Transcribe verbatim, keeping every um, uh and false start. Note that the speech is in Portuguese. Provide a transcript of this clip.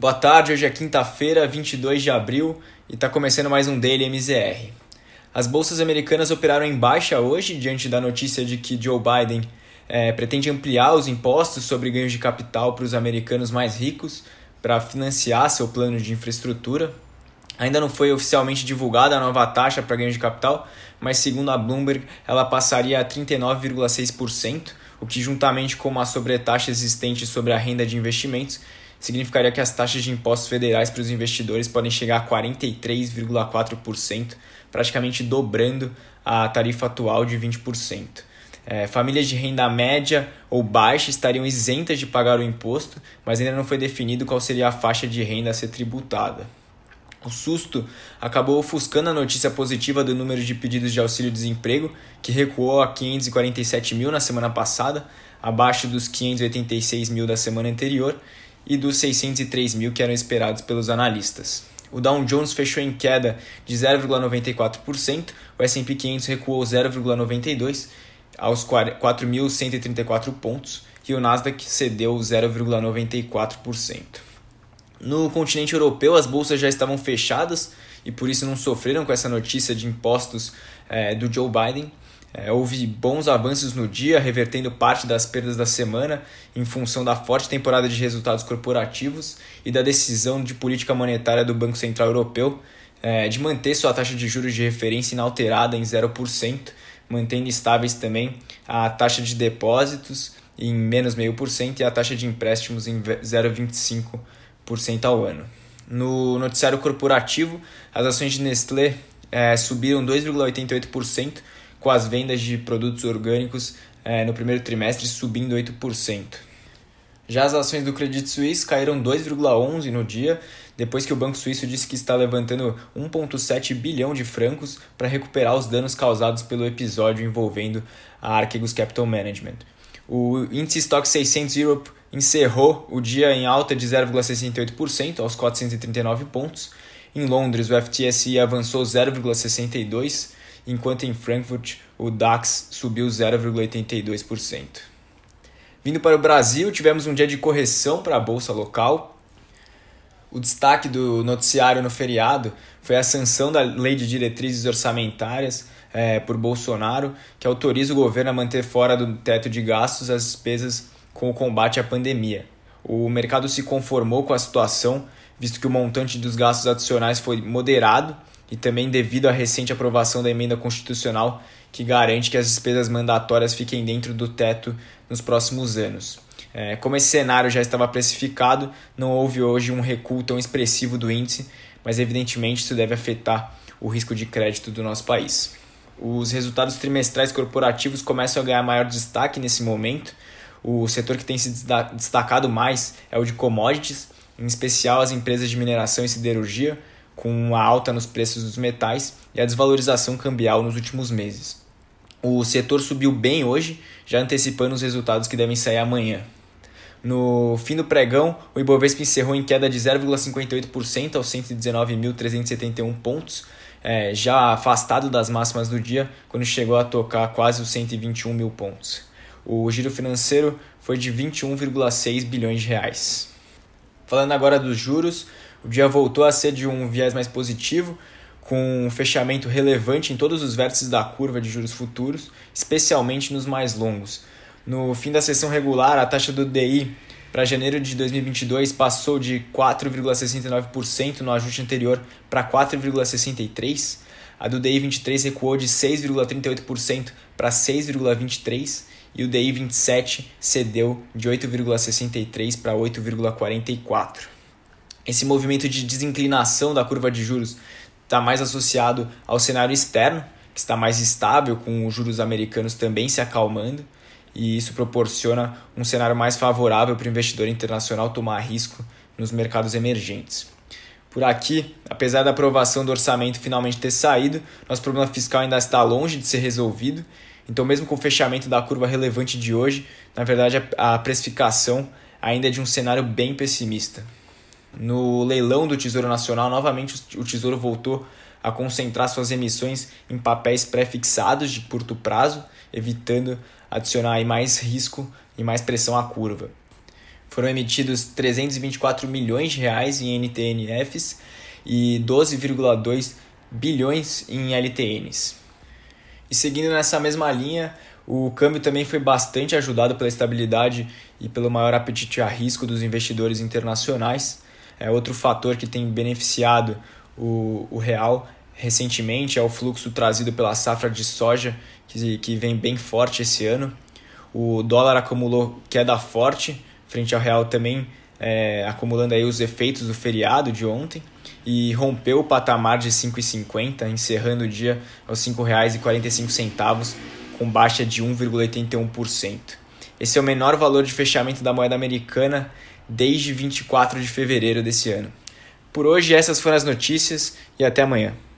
Boa tarde, hoje é quinta-feira, vinte e dois de abril e está começando mais um Daily M Z R. As bolsas americanas operaram em baixa hoje diante da notícia de que Joe Biden é, pretende ampliar os impostos sobre ganhos de capital para os americanos mais ricos para financiar seu plano de infraestrutura. Ainda não foi oficialmente divulgada a nova taxa para ganhos de capital, mas segundo a Bloomberg ela passaria a trinta e nove vírgula seis por cento, o que juntamente com uma sobretaxa existente sobre a renda de investimentos significaria que as taxas de impostos federais para os investidores podem chegar a quarenta e três vírgula quatro por cento, praticamente dobrando a tarifa atual de vinte por cento. É, famílias de renda média ou baixa estariam isentas de pagar o imposto, mas ainda não foi definido qual seria a faixa de renda a ser tributada. O susto acabou ofuscando a notícia positiva do número de pedidos de auxílio-desemprego, que recuou a quinhentos e quarenta e sete mil na semana passada, abaixo dos quinhentos e oitenta e seis mil da semana anterior e dos seiscentos e três mil que eram esperados pelos analistas. O Dow Jones fechou em queda de zero vírgula noventa e quatro por cento, o S and P quinhentos recuou zero vírgula noventa e dois por cento aos quatro mil cento e trinta e quatro pontos e o Nasdaq cedeu zero vírgula noventa e quatro por cento. No continente europeu, as bolsas já estavam fechadas e por isso não sofreram com essa notícia de impostos é, do Joe Biden. É, houve bons avanços no dia, revertendo parte das perdas da semana em função da forte temporada de resultados corporativos e da decisão de política monetária do Banco Central Europeu é, de manter sua taxa de juros de referência inalterada em zero por cento, mantendo estáveis também a taxa de depósitos em menos zero vírgula cinco por cento e a taxa de empréstimos em zero vírgula vinte e cinco por cento ao ano. No noticiário corporativo, as ações de Nestlé é, subiram dois vírgula oitenta e oito por cento, com as vendas de produtos orgânicos é, no primeiro trimestre subindo oito por cento. Já as ações do Credit Suisse caíram dois vírgula onze por cento no dia, depois que o Banco Suíço disse que está levantando um vírgula sete bilhão de francos para recuperar os danos causados pelo episódio envolvendo a Archegos Capital Management. O índice Stoxx seiscentos Europe encerrou o dia em alta de zero vírgula sessenta e oito por cento aos quatrocentos e trinta e nove pontos. Em Londres, o F T S E avançou zero vírgula sessenta e dois por cento, enquanto em Frankfurt o DAX subiu zero vírgula oitenta e dois por cento. Vindo para o Brasil, tivemos um dia de correção para a bolsa local. O destaque do noticiário no feriado foi a sanção da Lei de Diretrizes Orçamentárias é, por Bolsonaro, que autoriza o governo a manter fora do teto de gastos as despesas com o combate à pandemia. O mercado se conformou com a situação, visto que o montante dos gastos adicionais foi moderado e também devido à recente aprovação da emenda constitucional que garante que as despesas mandatórias fiquem dentro do teto nos próximos anos. É, como esse cenário já estava precificado, não houve hoje um recuo tão expressivo do índice, mas evidentemente isso deve afetar o risco de crédito do nosso país. Os resultados trimestrais corporativos começam a ganhar maior destaque nesse momento. O setor que tem se destacado mais é o de commodities, em especial as empresas de mineração e siderurgia, com a alta nos preços dos metais e a desvalorização cambial nos últimos meses. O setor subiu bem hoje, já antecipando os resultados que devem sair amanhã. No fim do pregão, o Ibovespa encerrou em queda de zero vírgula cinquenta e oito por cento aos cento e dezenove mil trezentos e setenta e um pontos, é, já afastado das máximas do dia, quando chegou a tocar quase os cento e vinte e um mil pontos. O giro financeiro foi de vinte e um vírgula seis bilhões de reais. Falando agora dos juros, o dia voltou a ser de um viés mais positivo, com um fechamento relevante em todos os vértices da curva de juros futuros, especialmente nos mais longos. No fim da sessão regular, a taxa do D I para janeiro de dois mil e vinte e dois passou de quatro vírgula sessenta e nove por cento no ajuste anterior para quatro vírgula sessenta e três por cento. A do D I vinte e três recuou de seis vírgula trinta e oito por cento para seis vírgula vinte e três por cento e o D I vinte e sete cedeu de oito vírgula sessenta e três por cento para oito vírgula quarenta e quatro por cento. Esse movimento de desinclinação da curva de juros está mais associado ao cenário externo, que está mais estável, com os juros americanos também se acalmando, e isso proporciona um cenário mais favorável para o investidor internacional tomar risco nos mercados emergentes. Por aqui, apesar da aprovação do orçamento finalmente ter saído, nosso problema fiscal ainda está longe de ser resolvido, então mesmo com o fechamento da curva relevante de hoje, na verdade a precificação ainda é de um cenário bem pessimista. No leilão do Tesouro Nacional, novamente o Tesouro voltou a concentrar suas emissões em papéis pré-fixados de curto prazo, evitando adicionar aí mais risco e mais pressão à curva. Foram emitidos trezentos e vinte e quatro milhões de reais em N T N Fs e doze vírgula dois bilhões em L T Ns. E seguindo nessa mesma linha, o câmbio também foi bastante ajudado pela estabilidade e pelo maior apetite a risco dos investidores internacionais. É outro fator que tem beneficiado o, o real recentemente é o fluxo trazido pela safra de soja, que, que vem bem forte esse ano. O dólar acumulou queda forte frente ao real também, é, acumulando aí os efeitos do feriado de ontem, e rompeu o patamar de cinco reais e cinquenta centavos, encerrando o dia aos cinco reais e quarenta e cinco centavos, com baixa de um vírgula oitenta e um por cento. Esse é o menor valor de fechamento da moeda americana desde vinte e quatro de fevereiro desse ano. Por hoje, essas foram as notícias e até amanhã.